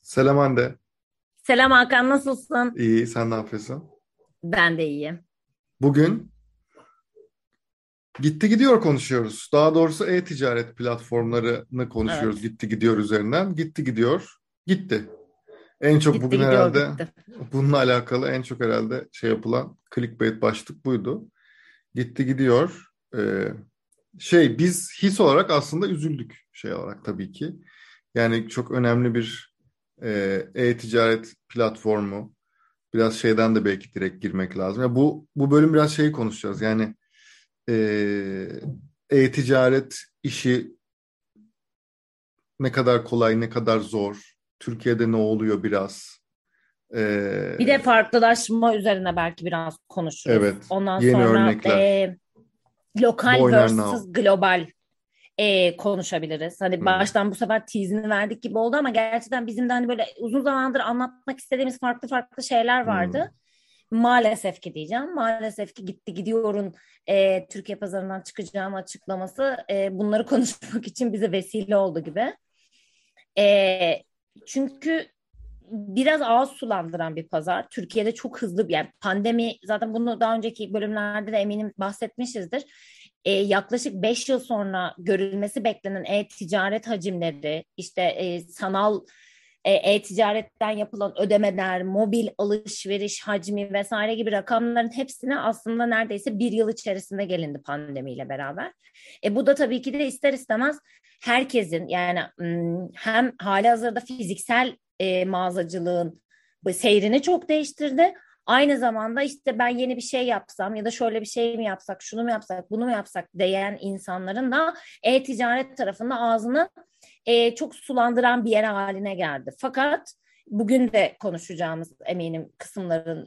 Selam Hande. Selam Hakan, nasılsın? İyi, sen ne yapıyorsun? Ben de iyiyim. Bugün gitti gidiyor konuşuyoruz. Daha doğrusu e-ticaret platformlarını konuşuyoruz. Evet. Gitti gidiyor üzerinden. Gitti gidiyor. Gitti. En çok Gitti bugün gidiyor herhalde bitti. bununla alakalı en çok herhalde şey yapılan clickbait başlık buydu. Gitti gidiyor. Biz his olarak aslında üzüldük şey olarak tabii ki. Yani çok önemli bir e-ticaret platformu. Biraz şeyden de belki direkt girmek lazım. Ya bu bölüm biraz şeyi konuşacağız. Yani e, e-ticaret işi ne kadar kolay, ne kadar zor. Türkiye'de ne oluyor biraz. E, Bir de farklılaşma üzerine belki biraz konuşuruz. evet, Ondan yeni sonra örnekler. Bu lokal oynar now. versus global konuşabiliriz. Hani Hmm. baştan bu sefer tease'ini verdik gibi oldu ama gerçekten bizim de hani böyle uzun zamandır anlatmak istediğimiz farklı farklı şeyler vardı. Hmm. Maalesef ki diyeceğim. Maalesef ki gitti gidiyorun Türkiye pazarından çıkacağım açıklaması bunları konuşmak için bize vesile oldu gibi. E, Çünkü biraz ağız sulandıran bir pazar. Türkiye'de çok hızlı yani pandemi zaten bunu daha önceki bölümlerde de eminim bahsetmişizdir. Yaklaşık 5 yıl sonra görülmesi beklenen e-ticaret hacimleri, işte sanal e-ticaretten yapılan ödemeler, mobil alışveriş hacmi vesaire gibi rakamların hepsine aslında neredeyse bir yıl içerisinde gelindi pandemiyle beraber. Bu da tabii ki de ister istemez herkesin yani hem hali hazırda fiziksel mağazacılığın seyrini çok değiştirdi. Aynı zamanda işte ben yeni bir şey yapsam ya da şöyle bir şey mi yapsak, şunu mu yapsak, bunu mu yapsak diyen insanların da e-ticaret tarafında ağzını çok sulandıran bir yer haline geldi. Fakat bugün de konuşacağımız eminim kısımların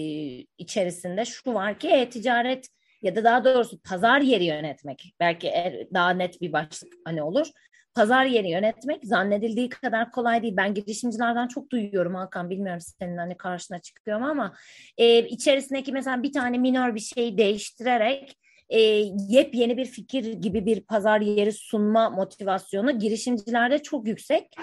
içerisinde şu var ki e-ticaret ya da daha doğrusu pazar yeri yönetmek belki daha net bir başlık hani olur. Pazar yeri yönetmek zannedildiği kadar kolay değil. Ben girişimcilerden çok duyuyorum Hakan. Bilmiyorum senin hani karşına çıkıyor mu ama içerisindeki mesela bir tane minor bir şeyi değiştirerek e, yepyeni bir fikir gibi bir pazar yeri sunma motivasyonu girişimcilerde çok yüksek.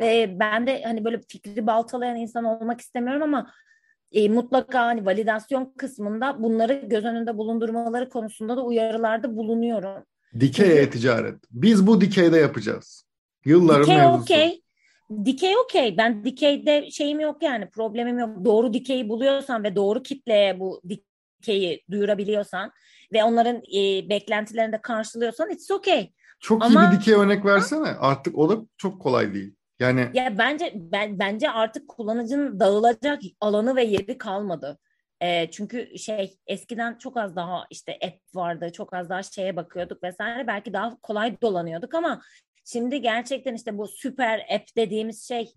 Ben de hani böyle fikri baltalayan insan olmak istemiyorum ama mutlaka hani validasyon kısmında bunları göz önünde bulundurmaları konusunda da uyarılarda bulunuyorum. Dikey Çünkü e-ticaret. Biz bu dikeyde yapacağız. Yılların dikey mevzusu. okey. Dikey okey. Ben dikeyde şeyim yok yani problemim yok. Doğru dikeyi buluyorsan ve doğru kitleye bu dikeyi duyurabiliyorsan ve onların beklentilerini de karşılıyorsan it's okay. Çok iyi bir Ama dikey örnek versene. Artık o da çok kolay değil. Yani ya bence artık kullanıcının dağılacak alanı ve yeri kalmadı. Çünkü şey eskiden çok az daha işte app vardı, çok az daha şeye bakıyorduk vesaire. Belki daha kolay dolanıyorduk ama şimdi gerçekten işte bu süper app dediğimiz şey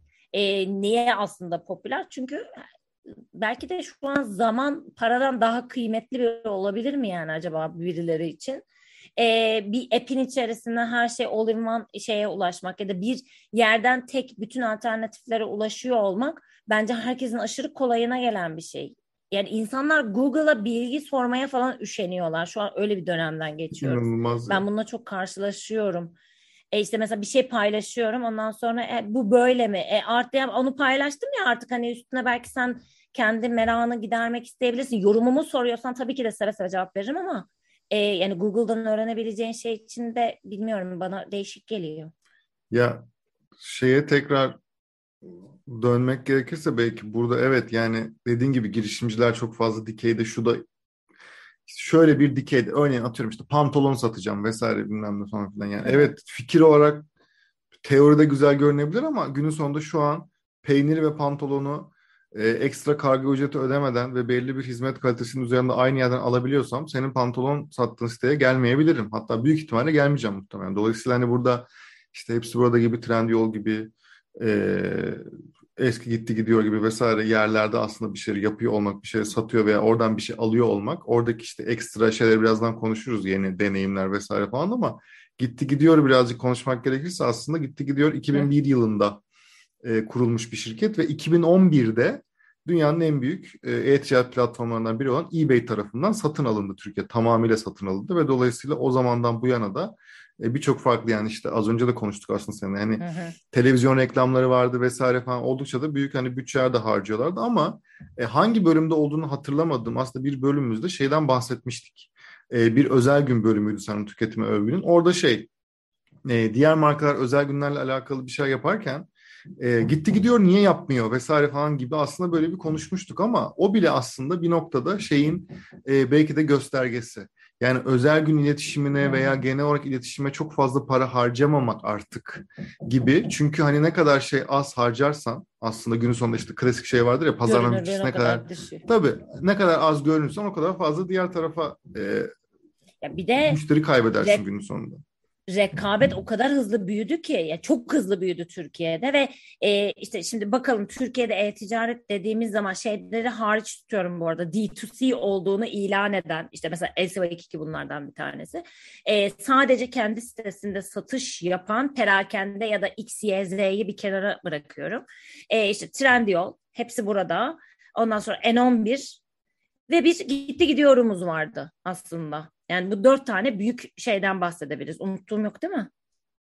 niye aslında popüler? Çünkü belki de şu an zaman paradan daha kıymetli bir olabilir mi yani acaba birileri için? Bir app'in içerisinde her şey all in one şeye ulaşmak ya da bir yerden tek bütün alternatiflere ulaşıyor olmak bence herkesin aşırı kolayına gelen bir şey. Yani insanlar Google'a bilgi sormaya falan üşeniyorlar. Şu an öyle bir dönemden geçiyoruz. inanılmaz ya. Ben bununla çok karşılaşıyorum. İşte mesela bir şey paylaşıyorum ondan sonra bu böyle mi? Artık yani onu paylaştım ya artık hani üstüne belki sen kendi merakını gidermek isteyebilirsin. Yorumumu soruyorsan tabii ki de seve seve cevap veririm ama yani Google'dan öğrenebileceğin şey için de bilmiyorum bana değişik geliyor. Ya şeye tekrar dönmek gerekirse belki burada evet yani dediğin gibi girişimciler çok fazla dikeyde şu da şöyle bir dikeyde örneğin atıyorum işte pantolon satacağım vesaire bilmem ne falan filan yani Hı hı. evet fikir olarak teoride güzel görünebilir ama günün sonunda şu an peyniri ve pantolonu ekstra kargo ücreti ödemeden ve belli bir hizmet kalitesinin üzerinde aynı yerden alabiliyorsam senin pantolon sattığın siteye gelmeyebilirim. Hatta büyük ihtimalle gelmeyeceğim muhtemelen. Dolayısıyla hani burada işte hepsi burada gibi Trendyol gibi e, eski gitti gidiyor gibi vesaire yerlerde aslında bir şey yapıyor olmak, bir şey satıyor veya oradan bir şey alıyor olmak. Oradaki işte ekstra şeyleri birazdan konuşuruz yeni deneyimler vesaire falan ama gitti gidiyor birazcık konuşmak gerekirse aslında gitti gidiyor Hı. 2001 yılında kurulmuş bir şirket ve 2011'de dünyanın en büyük e-ticaret platformlarından biri olan eBay tarafından satın alındı Türkiye. Tamamıyla satın alındı ve dolayısıyla o zamandan bu yana da Birçok farklı yani işte az önce de konuştuk aslında seninle. Hani Hı hı. televizyon reklamları vardı vesaire falan oldukça da büyük hani bütçeler de harcıyorlardı ama hangi bölümde olduğunu hatırlamadım. Aslında bir bölümümüzde şeyden bahsetmiştik. Bir özel gün bölümüydü sanırım tüketime övgünün. Orada diğer markalar özel günlerle alakalı bir şey yaparken gitti gidiyor niye yapmıyor vesaire falan gibi aslında böyle bir konuşmuştuk ama o bile aslında bir noktada şeyin belki de göstergesi. Yani özel gün Hı iletişimine veya hı. genel olarak iletişime çok fazla para harcamamak artık gibi. Çünkü hani ne kadar şey az harcarsan aslında günün sonunda işte klasik şey vardır ya pazarlama Görünürlüğün bütçesi o ne kadar kadar düşüyor. tabii ne kadar az görünürsen o kadar fazla diğer tarafa Ya bir de müşteri kaybedersin re- günün sonunda. rekabet o kadar hızlı büyüdü ki ya çok hızlı büyüdü Türkiye'de ve işte şimdi bakalım Türkiye'de e-ticaret dediğimiz zaman şeyleri hariç tutuyorum bu arada D2C olduğunu ilan eden işte mesela LCY22 bunlardan bir tanesi. Sadece kendi sitesinde satış yapan perakende ya da X, Y, Z'yi bir kenara bırakıyorum. İşte Trendyol hepsi burada. Ondan sonra N11 ve bir gitti gidiyorumuz vardı aslında. Yani bu 4 tane büyük şeyden bahsedebiliriz. Unuttuğum yok değil mi?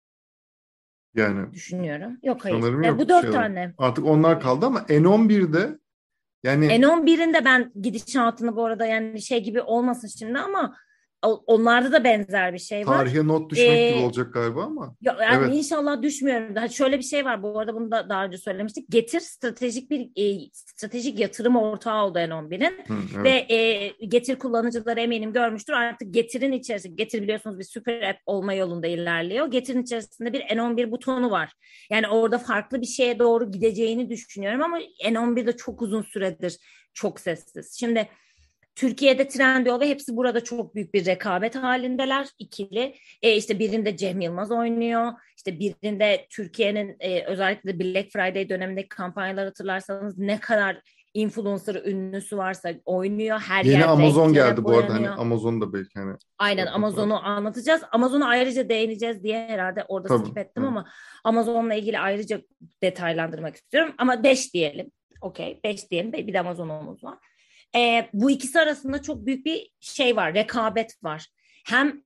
Yani Düşünüyorum. Yok hayır. sanırım Bu yok dört şey olarak. tane. Artık onlar kaldı ama N11'de yani N11'in de ben gidişatını bu arada yani şey gibi olmasın şimdi ama onlarda da benzer bir şey var. tarihe not düşmek gibi Ee, olacak galiba ama Yani evet. inşallah düşmüyorum. Daha şöyle bir şey var. Bu arada bunu da daha önce söylemiştik. Getir stratejik bir stratejik yatırım ortağı oldu N11'in Hı, ve evet. Getir kullanıcıları eminim görmüştür. Artık Getir'in içerisinde Getir biliyorsunuz bir süper app olma yolunda ilerliyor. Getir'in içerisinde bir N11 butonu var. Yani orada farklı bir şeye doğru gideceğini düşünüyorum ama N11 de çok uzun süredir çok sessiz. Şimdi Türkiye'de Trendyol ve hepsi burada çok büyük bir rekabet halindeler ikili. İşte birinde Cem Yılmaz oynuyor. İşte birinde Türkiye'nin özellikle Black Friday dönemindeki kampanyalar hatırlarsanız ne kadar influencer ünlüsü varsa oynuyor. Her Yeni yer Amazon renklere geldi bu arada hani boyanıyor. Amazon da belki hani şey Aynen yapmak lazım. Amazon'u anlatacağız. Amazon'u ayrıca değineceğiz diye herhalde orada Tabii. skip ettim Evet. ama Amazon'la ilgili ayrıca detaylandırmak istiyorum. Ama 5 diyelim. Okey 5 diyelim. Bir de Amazon'umuz var. Bu ikisi arasında çok büyük bir şey var, rekabet var. Hem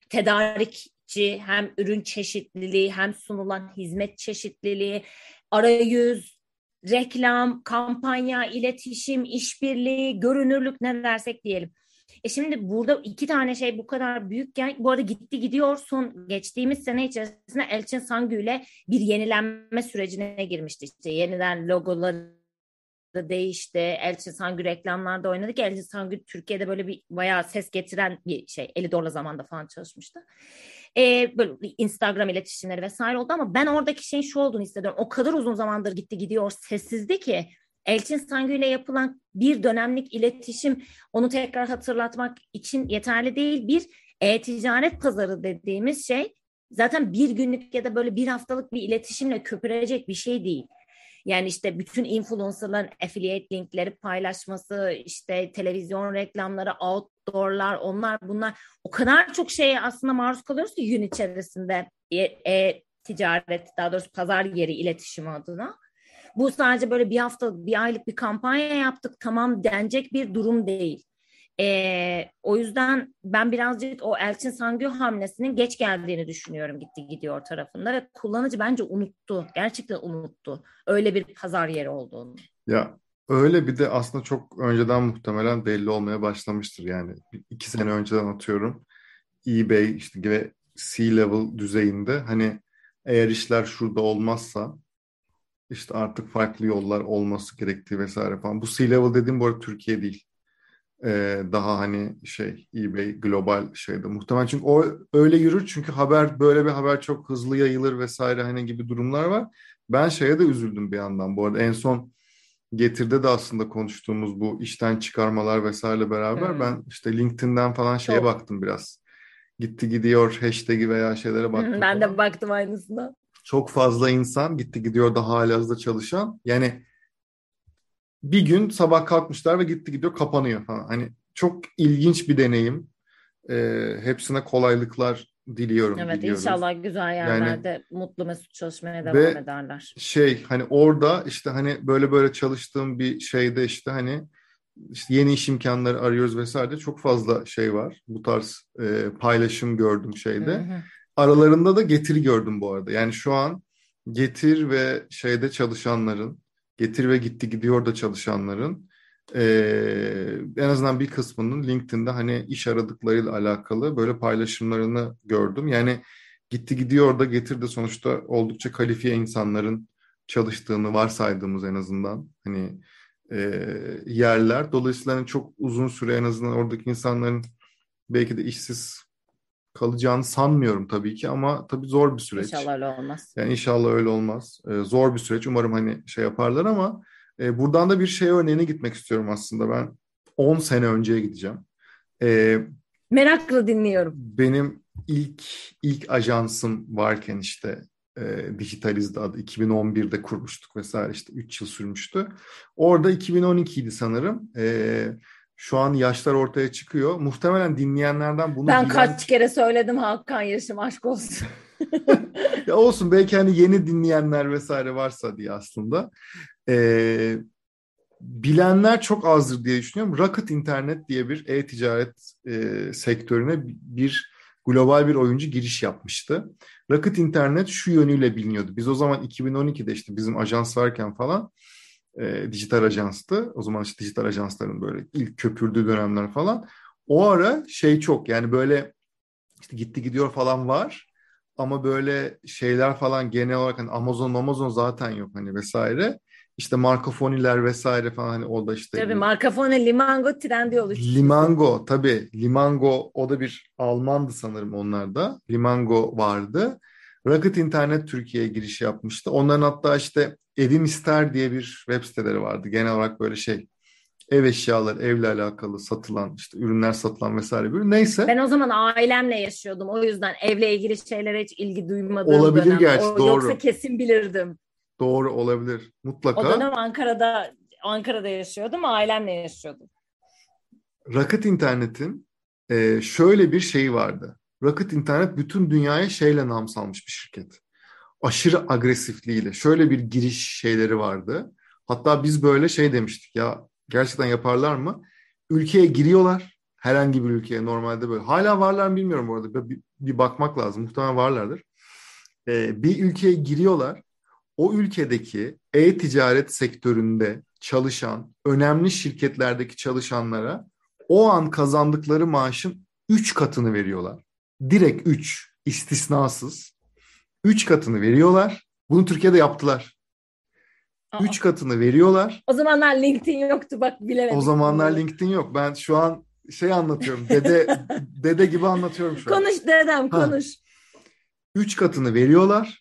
tedarikçi, hem ürün çeşitliliği, hem sunulan hizmet çeşitliliği, arayüz, reklam, kampanya, iletişim, işbirliği, görünürlük ne dersek diyelim. Şimdi burada 2 tane şey bu kadar büyükken bu arada gitti gidiyor son geçtiğimiz sene içerisinde Elçin Sangü ile bir yenilenme sürecine girmişti. İşte yeniden logoları değişti. Elçin Sangü reklamlarda oynadı ki Elçin Sangü Türkiye'de böyle bir bayağı ses getiren bir şey. Elidor'la zamanda falan çalışmıştı. Böyle Instagram iletişimleri vesaire oldu ama ben oradaki şeyin şu olduğunu hissediyorum. O kadar uzun zamandır gitti gidiyor sessizdi ki Elçin Sangü ile yapılan bir dönemlik iletişim onu tekrar hatırlatmak için yeterli değil. Bir e-ticaret pazarı dediğimiz şey zaten bir günlük ya da böyle bir haftalık bir iletişimle köpürecek bir şey değil. Yani işte bütün influencerların affiliate linkleri paylaşması, işte televizyon reklamları, outdoorlar, onlar bunlar o kadar çok şeye aslında maruz kalıyoruz ki gün içerisinde ticaret daha doğrusu pazar yeri iletişimi adına. Bu sadece böyle bir hafta, bir aylık bir kampanya yaptık tamam denecek bir durum değil. O yüzden ben birazcık o Elçin Sangü hamlesinin geç geldiğini düşünüyorum gitti gidiyor tarafında ve kullanıcı bence unuttu. Gerçekten unuttu. Öyle bir pazar yeri olduğunu. Ya öyle bir de aslında çok önceden muhtemelen belli olmaya başlamıştır yani. 2 sene önceden atıyorum. eBay işte ve C-level düzeyinde hani eğer işler şurada olmazsa işte artık farklı yollar olması gerektiği vesaire falan. Bu C-level dediğim bu arada Türkiye değil. Daha hani şey eBay global şeyde muhtemelen çünkü o öyle yürür çünkü haber böyle bir haber çok hızlı yayılır vesaire hani gibi durumlar var. Ben şeye de üzüldüm bir yandan bu arada en son Getir'de de aslında konuştuğumuz bu işten çıkarmalar vesaire beraber Hmm, ben işte LinkedIn'den falan şeye çok. baktım biraz. Gitti gidiyor hashtag'i veya şeylere baktım Ben de falan. baktım aynısına. Çok fazla insan gitti gidiyor daha halihazırda çalışan. Yani bir gün sabah kalkmışlar ve gitti gidiyor kapanıyor falan. Hani çok ilginç bir deneyim. Hepsine kolaylıklar diliyorum, Evet diliyoruz. inşallah güzel Yani yerlerde mutlu mesut çalışmaya devam ve ederler. şey hani orada işte hani böyle böyle çalıştığım bir şeyde işte hani işte yeni iş imkanları arıyoruz vesaire çok fazla şey var. Bu tarz paylaşım gördüm Hı şeyde. hı. aralarında da Getiri gördüm bu arada. Yani şu an Getir ve şeyde çalışanların, Getir ve Gitti Gidiyor da çalışanların en azından bir kısmının LinkedIn'de hani iş aradıklarıyla alakalı böyle paylaşımlarını gördüm. Yani Gitti Gidiyor da Getir de sonuçta oldukça kalifiye insanların çalıştığını varsaydığımız en azından hani yerler. Dolayısıyla hani çok uzun süre en azından oradaki insanların belki de işsiz kalacağını sanmıyorum tabii ki ama tabii zor bir süreç. İnşallah öyle olmaz. Yani inşallah öyle olmaz. Zor bir süreç. Umarım hani şey yaparlar ama buradan da bir şey örneğine gitmek istiyorum aslında. Ben 10 sene önceye gideceğim. E, Merakla dinliyorum. benim ilk ajansım varken işte Dijitaliz'de adı 2011'de kurmuştuk vesaire işte 3 yıl sürmüştü. Orada 2012'ydi sanırım. Şu an yaşlar ortaya çıkıyor. Muhtemelen dinleyenlerden bunu Ben bilen kaç kere söyledim Hakan yaşım aşk olsun. ya olsun belki hani yeni dinleyenler vesaire varsa diye aslında. Ee, bilenler çok azdır diye düşünüyorum. Rocket Internet diye bir e-ticaret sektörüne bir global bir oyuncu giriş yapmıştı. Rocket Internet şu yönüyle biliniyordu. Biz o zaman 2012'de işte bizim ajans varken falan dijital ajanstı. O zaman işte dijital ajansların böyle ilk köpürdüğü dönemler falan. O ara şey çok yani böyle işte gitti gidiyor falan var. Ama böyle şeyler falan genel olarak hani Amazon zaten yok hani vesaire. İşte Marco Foni'ler vesaire falan hani o da işte Tabii Marcafone Limango Trendyol üçlüsü. Limango tabii Limango o da bir Almandı sanırım onlarda. Limango vardı. Rocket Internet Türkiye'ye giriş yapmıştı. Onların hatta işte Evim İster diye bir web siteleri vardı. Genel olarak böyle şey ev eşyaları, evle alakalı satılan işte ürünler satılan vesaire bir ürün. Neyse Ben o zaman ailemle yaşıyordum. O yüzden evle ilgili şeylere hiç ilgi duymadığım olabilir dönem. gerçi O yoksa doğru. kesin bilirdim. Doğru olabilir. O Mutlaka. dönem Ankara'da yaşıyordum. Ailemle yaşıyordum. Rocket İnternet'in şöyle bir şeyi vardı. Rocket İnternet bütün dünyaya şeyle nam salmış bir şirket. Aşırı agresifliğiyle. Şöyle bir giriş şeyleri vardı. Hatta biz böyle şey demiştik ya gerçekten yaparlar mı? Ülkeye giriyorlar. Herhangi bir ülkeye normalde böyle. Hala varlar mı bilmiyorum bu arada. Bir bakmak lazım. Muhtemelen varlardır. Bir ülkeye giriyorlar. O ülkedeki e-ticaret sektöründe çalışan önemli şirketlerdeki çalışanlara o an kazandıkları maaşın 3 katını veriyorlar. Direkt 3 istisnasız. 3 katını veriyorlar. Bunu Türkiye'de yaptılar. Aa. 3 katını veriyorlar. O zamanlar LinkedIn yoktu bak O bilemedik zamanlar bunları. LinkedIn yok. Ben şu an şey anlatıyorum. Dede gibi anlatıyorum şu an. Konuş dedem Ha, konuş. 3 katını veriyorlar.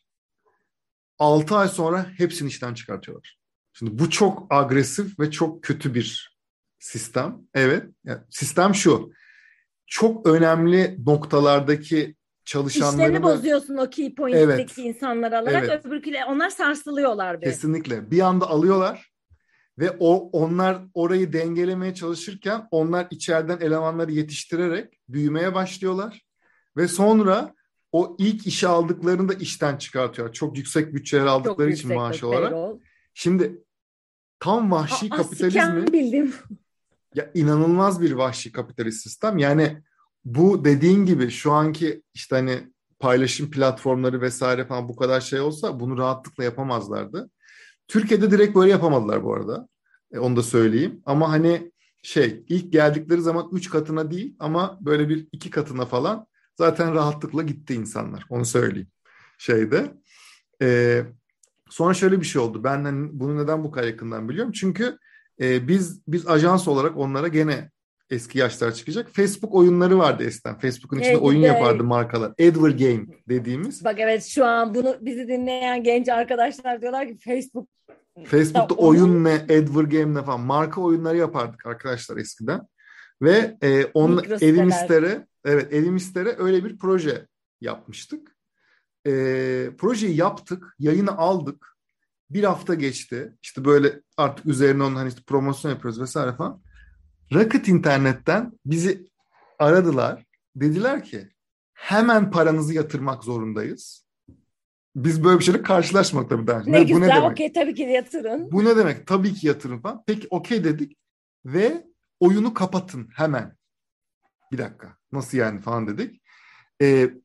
6 ay sonra hepsini işten çıkartıyorlar. Şimdi bu çok agresif ve çok kötü bir sistem. Evet. Yani sistem şu. Çok önemli noktalardaki İşlerini çalışanlarını bozuyorsun o key evet, point'teki insanları alarak. evet Öbürküyle onlar sarsılıyorlar bir. kesinlikle bir anda alıyorlar ve onlar orayı dengelemeye çalışırken onlar içeriden elemanları yetiştirerek büyümeye başlıyorlar ve sonra o ilk işe aldıklarında işten çıkartıyorlar. Çok yüksek bütçeler Çok aldıkları için yüksek maaş tabii olarak. payroll. Şimdi tam vahşi Aa sikem kapitalizmi bildim. ya inanılmaz bir vahşi kapitalist sistem. Yani bu dediğin gibi şu anki işte hani paylaşım platformları vesaire falan bu kadar şey olsa bunu rahatlıkla yapamazlardı. Türkiye'de direkt böyle yapamadılar bu arada. Onu da söyleyeyim. Ama hani şey ilk geldikleri zaman 3 katına değil ama böyle bir 2 katına falan zaten rahatlıkla gitti insanlar. Onu söyleyeyim. Şeyde. Ee, Sonra şöyle bir şey oldu. Ben hani bunu neden bu kadar yakından biliyorum? Çünkü biz ajans olarak onlara gene eski yaşlar çıkacak. Facebook oyunları vardı eskiden. Facebook'un içinde Hey oyun yapardı gidi. markalar. Advergame dediğimiz. Bak evet şu an bunu bizi dinleyen genç arkadaşlar diyorlar ki Facebook'ta Facebook'ta oyun oyun ne, Advergame ne falan marka oyunları yapardık arkadaşlar eskiden. Ve mikro Evim siteler. İster'e, evet Evim İster'e öyle bir proje yapmıştık. Projeyi yaptık, yayını aldık. Bir hafta geçti. İşte böyle artık üzerine onun hani işte promosyon yapıyoruz vesaire falan. Rocket internetten bizi aradılar. Dediler ki hemen paranızı yatırmak zorundayız. Biz böyle bir şeyle karşılaşmadık tabii daha önce. Ne Bu ne güzel demek? okey tabii ki de yatırın. Bu ne demek? Tabii ki yatırım falan. Peki okey dedik ve oyunu kapatın hemen. Bir dakika. Nasıl yani falan dedik. Ee,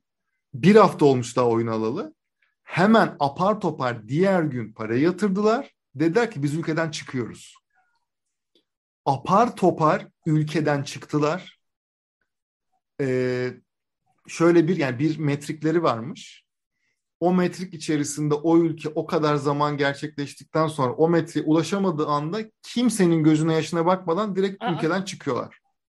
Bir hafta olmuş daha oyun alalı. Hemen apar topar diğer gün parayı yatırdılar. Dediler ki biz ülkeden çıkıyoruz. Apar topar ülkeden çıktılar. Ee, Şöyle bir, yani bir metrikleri varmış. O metrik içerisinde o ülke o kadar zaman gerçekleştikten sonra o metriğe ulaşamadığı anda kimsenin gözüne yaşına bakmadan direkt Aa, ülkeden çıkıyorlar.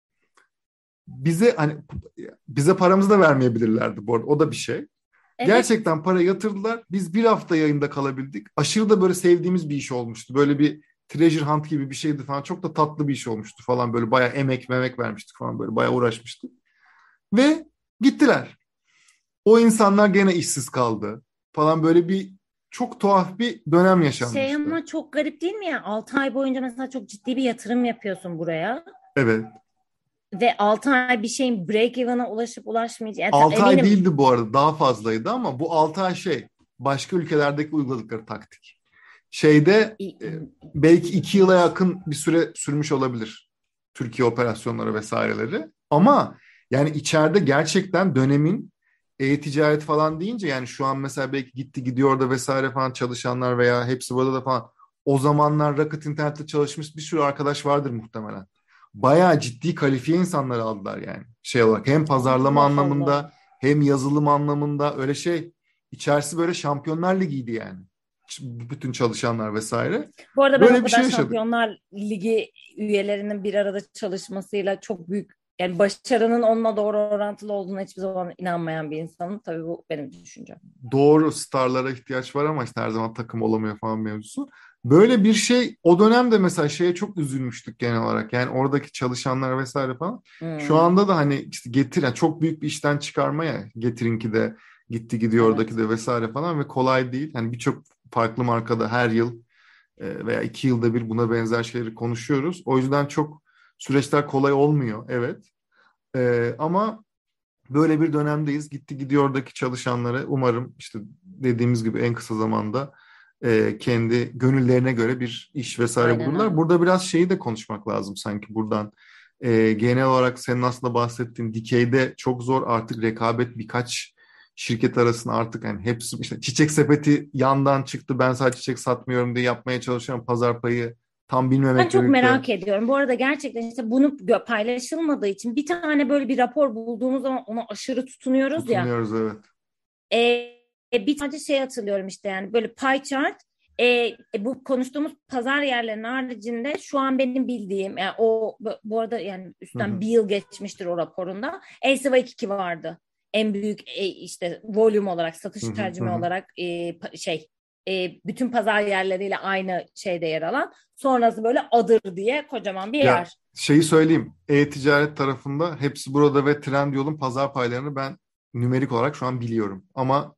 Bize paramızı da vermeyebilirlerdi bu arada. O da bir şey. evet. Gerçekten para yatırdılar. Biz bir hafta yayında kalabildik. Aşırı da böyle sevdiğimiz bir iş olmuştu. Böyle bir treasure hunt gibi bir şeydi falan. Çok da tatlı bir iş olmuştu falan. Böyle bayağı emek memek vermiştik falan. Böyle bayağı uğraşmıştık. Ve gittiler. O insanlar gene işsiz kaldı falan, böyle bir çok tuhaf bir dönem Şey yaşanmıştı. ama çok garip değil mi ya? 6 ay boyunca mesela çok ciddi bir yatırım yapıyorsun buraya. Evet. Ve 6 ay bir şeyin break even'a ulaşıp ulaşmayacak. Yani 6 ay eminim. değildi bu arada, daha fazlaydı ama bu 6 ay başka ülkelerdeki uyguladıkları taktik. Şeyde belki 2 yıla yakın bir süre sürmüş olabilir. Türkiye operasyonları vesaireleri. Ama yani içeride gerçekten dönemin e-ticaret falan deyince, yani şu an mesela belki gitti gidiyor da vesaire falan çalışanlar veya hepsi burada da falan, o zamanlar Rocket Internet'te çalışmış bir sürü arkadaş vardır muhtemelen. Bayağı ciddi kalifiye insanlar aldılar yani. Şey olarak hem pazarlama Allah Allah. anlamında hem yazılım anlamında, öyle içerisi böyle Şampiyonlar Ligi'ydi yani. Bütün çalışanlar vesaire. Bu arada ben o Böyle bir şey kadar yaşadık. Şampiyonlar Ligi üyelerinin bir arada çalışmasıyla çok büyük, yani başarının onunla doğru orantılı olduğuna hiçbir zaman inanmayan bir insanım. Tabii bu benim düşüncem. Doğru, starlara ihtiyaç var ama işte her zaman takım olamıyor falan mevzusu. Böyle bir şey o dönemde mesela çok üzülmüştük genel olarak. Yani oradaki çalışanlar vesaire falan. Şu Hmm, anda da hani işte yani çok büyük bir işten çıkarmaya, Getir'inki de gitti gidiyor, oradaki evet. de vesaire falan, ve kolay değil. Hani birçok farklı markada her yıl veya 2 yılda bir buna benzer şeyleri konuşuyoruz. O yüzden çok süreçler kolay olmuyor, evet. Ama böyle bir dönemdeyiz. Gitti gidiyor oradaki çalışanları. Umarım işte dediğimiz gibi en kısa zamanda kendi gönüllerine göre bir iş vesaire Aynen bulurlar. öyle. Burada biraz şeyi de konuşmak lazım sanki buradan. Genel olarak senin aslında bahsettiğin dikeyde çok zor artık rekabet, birkaç şirket arasında artık yani hepsi işte Çiçek Sepeti yandan çıktı. Ben sadece çiçek satmıyorum diye yapmaya çalışıyorum. Pazar payı tam Ben bilmemekle çok birlikte merak ediyorum. Bu arada gerçekten işte bunu paylaşılmadığı için bir tane böyle bir rapor bulduğumuz zaman ona aşırı tutunuyoruz ya. tutunuyoruz, evet. Bir tane şey hatırlıyorum işte, yani böyle pie chart, bu konuştuğumuz pazar yerlerinin haricinde şu an benim bildiğim, yani o bu arada yani Hı üstten hı. bir yıl geçmiştir o raporunda. LCY 2 vardı. En büyük işte volüm olarak, Hı satış hı. Hı hacmi hı. olarak bütün pazar yerleriyle aynı şeyde yer alan. Sonrası böyle Adır diye kocaman bir Ya yer. şeyi söyleyeyim. E-ticaret tarafında hepsi burada ve Trendyol'un pazar paylarını ben nümerik olarak şu an biliyorum. Ama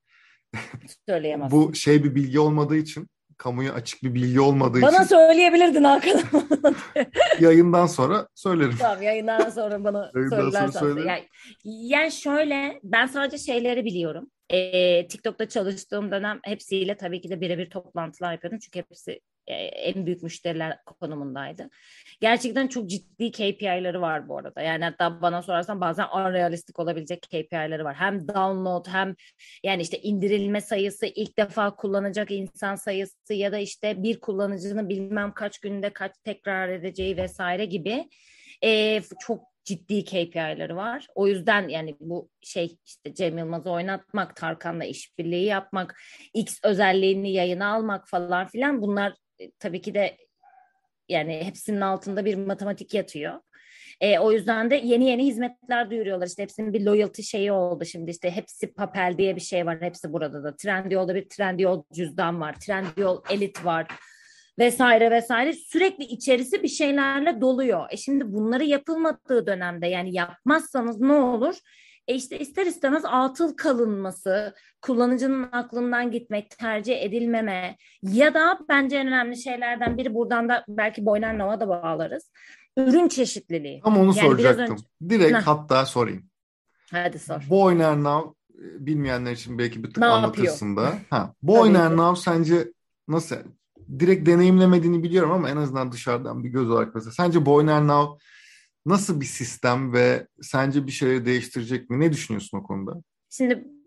bu Söyleyemezsin. bir bilgi olmadığı için, kamuya açık bir bilgi olmadığı Bana için söyleyebilirdin Hakan. yayından sonra söylerim. Tamam, yayından sonra bana Yayından sonra söylersen. söylerim. Yani şöyle, ben sadece şeyleri biliyorum. TikTok'ta çalıştığım dönem hepsiyle tabii ki de birebir toplantılar yapıyordum. Çünkü hepsi en büyük müşteriler konumundaydı. Gerçekten çok ciddi KPI'ları var bu arada. Yani hatta bana sorarsan bazen unrealistik olabilecek KPI'ları var. Hem download, hem yani işte indirilme sayısı, ilk defa kullanacak insan sayısı ya da işte bir kullanıcının bilmem kaç günde kaç tekrar edeceği vesaire gibi çok ciddi KPI'leri var. O yüzden yani bu işte Cem Yılmaz'ı oynatmak, Tarkan'la işbirliği yapmak, X özelliğini yayına almak falan filan, bunlar tabii ki de yani hepsinin altında bir matematik yatıyor. O yüzden de yeni yeni hizmetler duyuruyorlar. İşte hepsinin bir loyalty şeyi oldu. Şimdi işte hepsi Papel diye bir şey var. Hepsi burada da. Trendyol'da bir Trendyol cüzdan var. Trendyol Elite var. Vesaire vesaire. Sürekli içerisi bir şeylerle doluyor. Şimdi bunları yapılmadığı dönemde, yani yapmazsanız ne olur? İşte ister istemez atıl kalınması, kullanıcının aklından gitmek, tercih edilmeme ya da bence en önemli şeylerden biri, buradan da belki Boyner da bağlarız. Ürün çeşitliliği. Ama onu Yani biraz önce, soracaktım. Direkt nah, hatta sorayım. hadi sor. Boyner Now, bilmeyenler için belki bir Ne tık yapıyor? anlatırsın da. Tabii Boyner ki. Now sence nasıl? Direkt deneyimlemediğini biliyorum ama en azından dışarıdan bir göz olarak mesela. Sence Boyner Now nasıl bir sistem ve sence bir şeyleri değiştirecek mi? Ne düşünüyorsun o konuda? Şimdi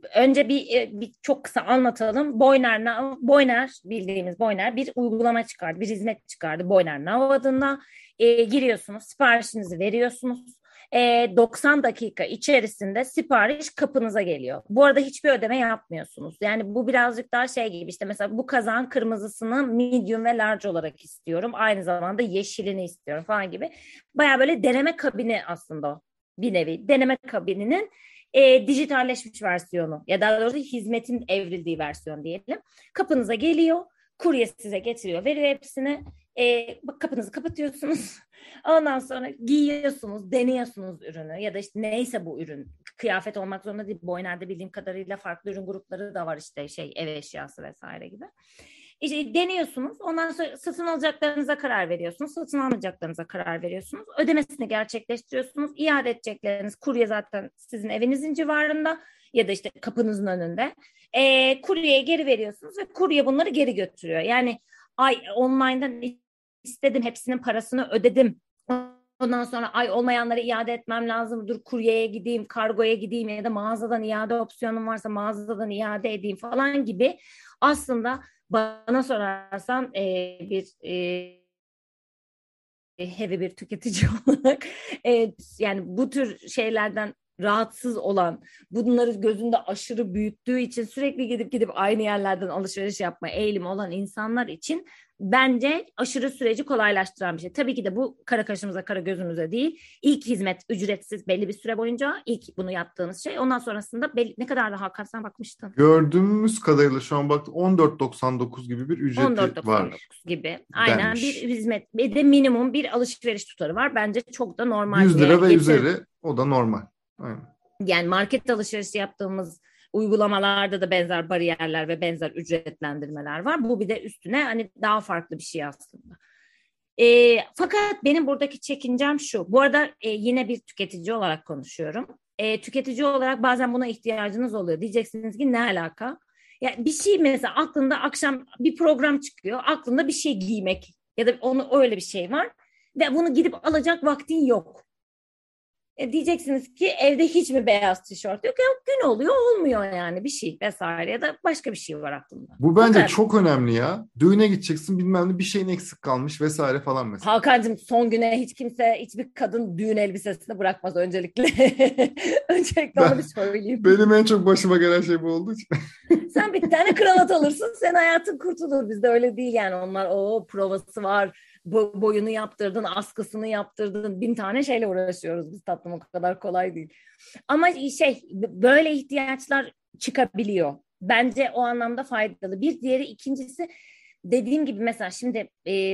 önce bir çok kısa anlatalım. Boyner bildiğimiz Boyner bir uygulama çıkardı, bir hizmet çıkardı. Boyner Now adında. Giriyorsunuz, siparişinizi veriyorsunuz. 90 dakika içerisinde sipariş kapınıza geliyor. Bu arada hiçbir ödeme yapmıyorsunuz. Yani bu birazcık daha şey gibi, işte mesela bu kazağın kırmızısını medium ve large olarak istiyorum. Aynı zamanda yeşilini istiyorum falan gibi. Baya böyle deneme kabini aslında o. Bir nevi deneme kabininin dijitalleşmiş versiyonu, ya daha doğrusu hizmetin evrildiği versiyon diyelim. Kapınıza geliyor, kurye size getiriyor, veriyor hepsini. Kapınızı kapatıyorsunuz. Ondan sonra giyiyorsunuz, deniyorsunuz ürünü, ya da işte neyse bu ürün. Kıyafet olmak zorunda değil. Boyner'de bildiğim kadarıyla farklı ürün grupları da var, işte ev eşyası vesaire gibi. İşte deniyorsunuz. Ondan sonra satın alacaklarınıza karar veriyorsunuz. Satın almayacaklarınıza karar veriyorsunuz. Ödemesini gerçekleştiriyorsunuz. İade edecekleriniz, kurye zaten sizin evinizin civarında ya da işte kapınızın önünde. Kuryeye geri veriyorsunuz ve kurye bunları geri götürüyor. Yani online'dan istedim, hepsinin parasını ödedim. Ondan sonra olmayanları iade etmem lazım. Dur kuryeye gideyim, kargoya gideyim ya da mağazadan iade opsiyonum varsa mağazadan iade edeyim falan gibi. Aslında bana sorarsan heavy bir tüketici olarak yani bu tür şeylerden rahatsız olan, bunları gözünde aşırı büyüttüğü için sürekli gidip aynı yerlerden alışveriş yapma eğilimi olan insanlar için bence aşırı süreci kolaylaştıran bir şey. Tabii ki de bu kara kaşımıza kara gözümüze değil. İlk hizmet ücretsiz belli bir süre boyunca, ilk bunu yaptığınız şey. Ondan sonrasında ne kadar da Hakan sen bakmıştın. Gördüğümüz kadarıyla şu an baktım 14.99 gibi bir ücreti var 14.99 gibi. Aynen, bir denmiş. hizmet. Bir de minimum bir alışveriş tutarı var. Bence çok da normal 100 bu. lira Yani ve üzeri, o da normal. Aynen. Yani market alışverişi yaptığımız uygulamalarda da benzer bariyerler ve benzer ücretlendirmeler var. Bu bir de üstüne hani daha farklı bir şey aslında. Fakat benim buradaki çekincem şu. Bu arada yine bir tüketici olarak konuşuyorum. Tüketici olarak bazen buna ihtiyacınız oluyor. Diyeceksiniz ki ne alaka? Ya bir şey, mesela aklında akşam bir program çıkıyor. Aklında bir şey giymek ya da onu, öyle bir şey var. Ve bunu gidip alacak vaktin yok. Diyeceksiniz ki evde hiç mi beyaz tişört yok? Yok, gün oluyor olmuyor yani bir şey vesaire, ya da başka bir şey var aklımda. Bu bence Fakat çok önemli ya. Düğüne gideceksin, bilmem ne, bir şeyin eksik kalmış vesaire falan mesela. Hakan'cığım, son güne hiç kimse, hiçbir kadın düğün elbisesini bırakmaz öncelikle. Öncelikle onu bir söyleyeyim. Benim en çok başıma gelen şey bu olduğu için. Sen bir tane kravat alırsın, sen hayatın kurtulur. Bizde öyle değil yani. Onlar provası var, boyunu yaptırdın, askısını yaptırdın. 1000 tane şeyle uğraşıyoruz biz tatlım, o kadar kolay değil. Ama böyle ihtiyaçlar çıkabiliyor. Bence o anlamda faydalı. Bir diğeri, ikincisi, dediğim gibi mesela şimdi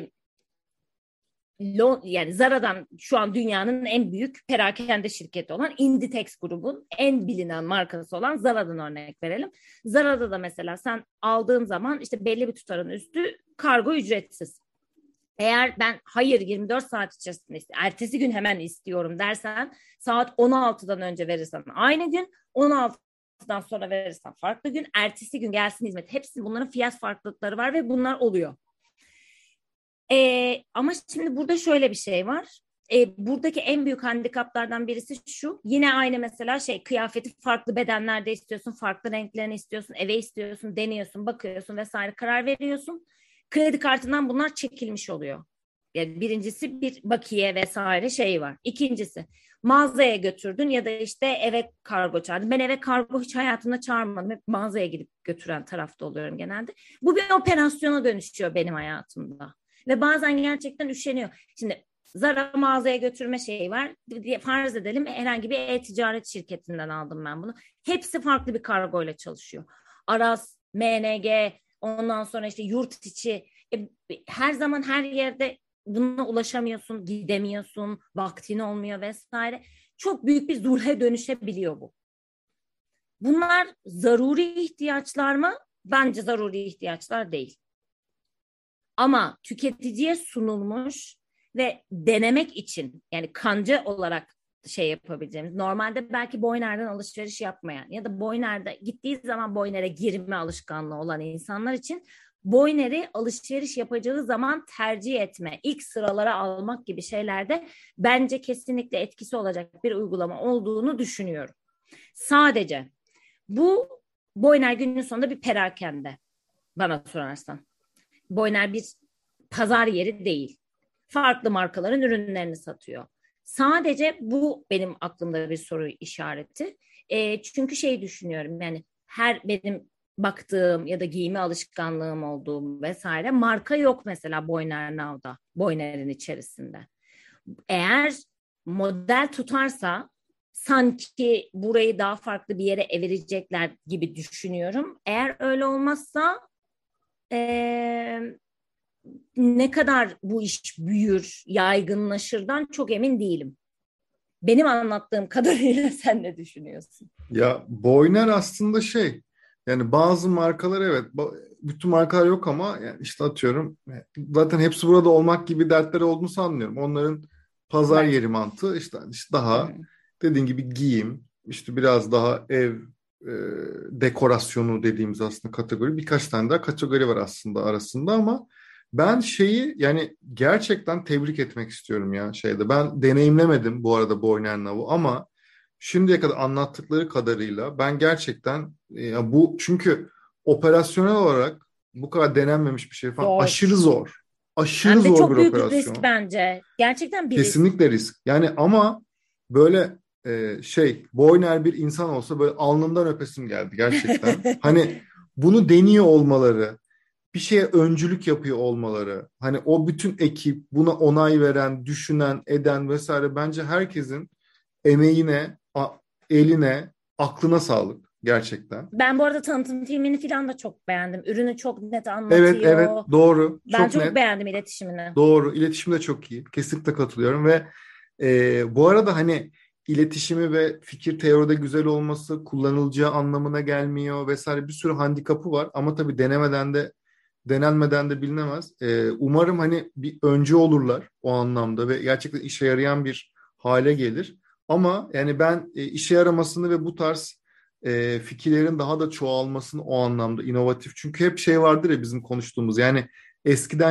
yani Zara'dan, şu an dünyanın en büyük perakende şirketi olan Inditex grubun en bilinen markası olan Zara'dan örnek verelim. Zara'da da mesela sen aldığın zaman işte belli bir tutarın üstü kargo ücretsiz. Eğer ben hayır 24 saat içerisinde ertesi gün hemen istiyorum dersen, saat 16'dan önce verirsen aynı gün, 16'dan sonra verirsen farklı gün, ertesi gün gelsin hizmet. Hepsi, bunların fiyat farklılıkları var ve bunlar oluyor. Ama şimdi burada şöyle bir şey var. Buradaki en büyük handikaplardan birisi şu. Yine aynı mesela kıyafeti farklı bedenlerde istiyorsun, farklı renklerini istiyorsun, eve istiyorsun, deniyorsun, bakıyorsun vesaire, karar veriyorsun. Kredi kartından bunlar çekilmiş oluyor. Yani birincisi bir bakiye vesaire var. İkincisi, mağazaya götürdün ya da işte eve kargo çağırdın. Ben eve kargo hiç hayatımda çağırmadım. Hep mağazaya gidip götüren tarafta oluyorum genelde. Bu bir operasyona dönüşüyor benim hayatımda. Ve bazen gerçekten üşeniyor. Şimdi Zara mağazaya götürme var. Farz edelim herhangi bir e-ticaret şirketinden aldım ben bunu. Hepsi farklı bir kargoyla çalışıyor. Aras, MNG, ondan sonra işte yurt içi. Her zaman her yerde buna ulaşamıyorsun, gidemiyorsun, vaktin olmuyor vesaire. Çok büyük bir zulhe dönüşebiliyor bu. Bunlar zaruri ihtiyaçlar mı? Bence zaruri ihtiyaçlar değil. Ama tüketiciye sunulmuş ve denemek için, yani kanca olarak yapabileceğimiz, normalde belki Boyner'den alışveriş yapmayan ya da Boyner'de gittiği zaman Boyner'e girme alışkanlığı olan insanlar için Boyner'i alışveriş yapacağı zaman tercih etme, ilk sıralara almak gibi şeylerde bence kesinlikle etkisi olacak bir uygulama olduğunu düşünüyorum. Sadece bu Boyner günün sonunda bir perakende bana sorarsan. Boyner bir pazar yeri değil. Farklı markaların ürünlerini satıyor. Sadece bu benim aklımda bir soru işareti. Çünkü şey düşünüyorum, yani her benim baktığım ya da giyme alışkanlığım olduğum vesaire marka yok mesela Boyner Now'da, Boyner'in içerisinde. Eğer model tutarsa sanki burayı daha farklı bir yere evirecekler gibi düşünüyorum. Eğer öyle olmazsa ee, ne kadar bu iş büyür, yaygınlaşırdan çok emin değilim. Benim anlattığım kadarıyla sen ne düşünüyorsun? Ya Boyner aslında yani bazı markalar evet bütün markalar yok ama yani işte atıyorum zaten hepsi burada olmak gibi dertleri olduğunu sanmıyorum. Onların pazar Bence yeri de. mantığı işte Hı daha hı. dediğin gibi giyim işte biraz daha ev e, dekorasyonu dediğimiz aslında kategori birkaç tane daha kategori var aslında arasında ama ben yani gerçekten tebrik etmek istiyorum ya ben deneyimlemedim bu arada Boyner Nav'ı ama şimdiye kadar anlattıkları kadarıyla ben gerçekten bu çünkü operasyonel olarak bu kadar denenmemiş bir şey falan aşırı Zor. zor. Aşırı Hem de zor bir çok büyük risk operasyon. bence. Gerçekten bir risk. Kesinlikle risk. Yani ama böyle Boyner bir insan olsa böyle alnından öpesim geldi gerçekten. Hani bunu deniyor olmaları, bir şeye öncülük yapıyor olmaları, hani o bütün ekip buna onay veren, düşünen, eden vesaire bence herkesin emeğine, eline, aklına sağlık gerçekten. Ben bu arada tanıtım filmini falan da çok beğendim. Ürünü çok net Evet, evet, anlatıyor. doğru, Ben çok çok net, beğendim iletişimini. doğru. İletişim de çok iyi. Kesinlikle katılıyorum ve bu arada hani iletişimi ve fikir teoride güzel olması kullanılacağı anlamına gelmiyor vesaire bir sürü handikapı var ama tabii denenmeden de bilinemez. Umarım hani bir öncü olurlar o anlamda ve gerçekten işe yarayan bir hale gelir. Ama yani ben işe yaramasını ve bu tarz fikirlerin daha da çoğalmasını o anlamda inovatif. Çünkü hep vardır ya bizim konuştuğumuz yani eskiden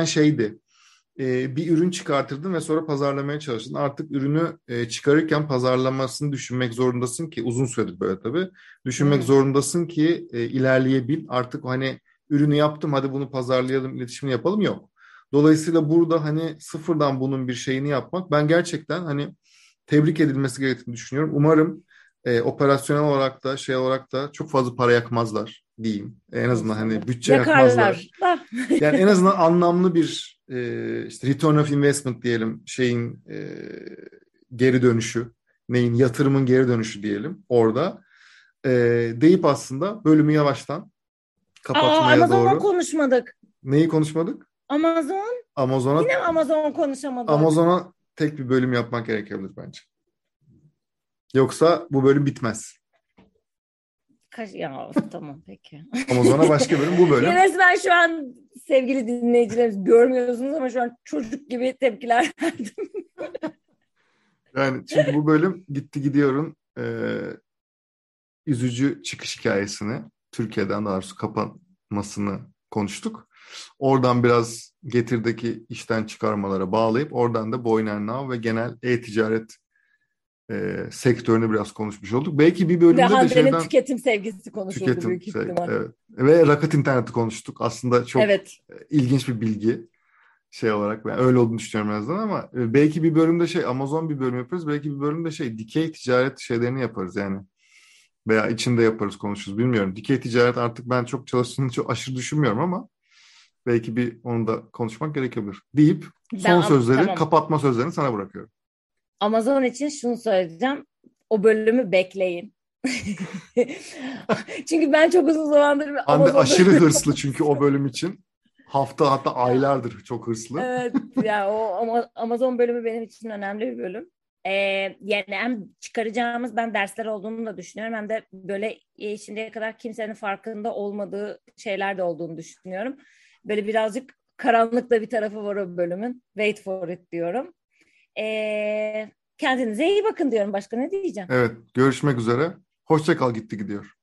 bir ürün çıkartırdın ve sonra pazarlamaya çalıştın. Artık ürünü çıkarırken pazarlamasını düşünmek zorundasın ki uzun süredir böyle tabii. Düşünmek Hmm. zorundasın ki ilerleyebil. Artık hani ürünü yaptım hadi bunu pazarlayalım, iletişimini yapalım yok. Dolayısıyla burada hani sıfırdan bunun bir şeyini yapmak ben gerçekten hani tebrik edilmesi gerektiğini düşünüyorum. Umarım operasyonel olarak da olarak da çok fazla para yakmazlar diyeyim. En azından İnşallah. hani bütçe yakmazlar. Yakarlar da. Yani en azından anlamlı bir işte return of investment diyelim geri dönüşü yatırımın geri dönüşü diyelim orada e, deyip aslında bölümü yavaştan Aa, kapatmaya Amazon doğru. konuşmadık. Neyi konuşmadık? Amazon. Amazon'a Yine mi Amazon konuşamadık? Amazon'a tek bir bölüm yapmak gerekebilir bence. Yoksa bu bölüm bitmez. Ya tamam peki. Amazon'a başka bölüm bu Ya bölüm. resmen şu an sevgili dinleyicilerimiz görmüyorsunuz ama şu an çocuk gibi tepkiler verdim. Yani çünkü bu bölüm gitti gidiyorun üzücü çıkış hikayesini Türkiye'den daha doğrusu kapanmasını konuştuk. Oradan biraz Getir'deki işten çıkarmalara bağlayıp oradan da Boyner Now ve genel e-ticaret sektörünü biraz konuşmuş olduk. Belki bir Ve bölümde de Hande'nin tüketim sevgisi konuşuldu büyük ihtimal. evet. Ve Rakat interneti konuştuk. Aslında çok Evet. ilginç bir bilgi olarak ben öyle olduğunu düşünüyorum en azından ama belki bir bölümde Amazon bir bölüm yaparız. Belki bir bölümde dikey ticaret şeylerini yaparız yani. Veya içinde yaparız konuşuruz bilmiyorum. Dikey ticaret artık ben çok çalıştığını çok aşırı düşünmüyorum ama belki bir onu da konuşmak gerekebilir. Deyip son sözleri, Tamam. kapatma sözlerini sana bırakıyorum. Amazon için şunu söyleyeceğim. O bölümü bekleyin. Çünkü ben çok uzun zamandır bir Hande Amazon aşırı bölümü hırslı yapmak çünkü o istiyorum. bölüm için. Hafta hatta Ya, aylardır çok hırslı. evet ya o Amazon bölümü benim için önemli bir bölüm. Yani hem çıkaracağımız ben dersler olduğunu da düşünüyorum hem de böyle şimdiye kadar kimsenin farkında olmadığı şeyler de olduğunu düşünüyorum. Böyle birazcık karanlık da bir tarafı var o bölümün. Wait for it diyorum. Kendinize iyi bakın diyorum. Başka ne diyeceğim? Evet, görüşmek üzere. Hoşça kal gitti gidiyor.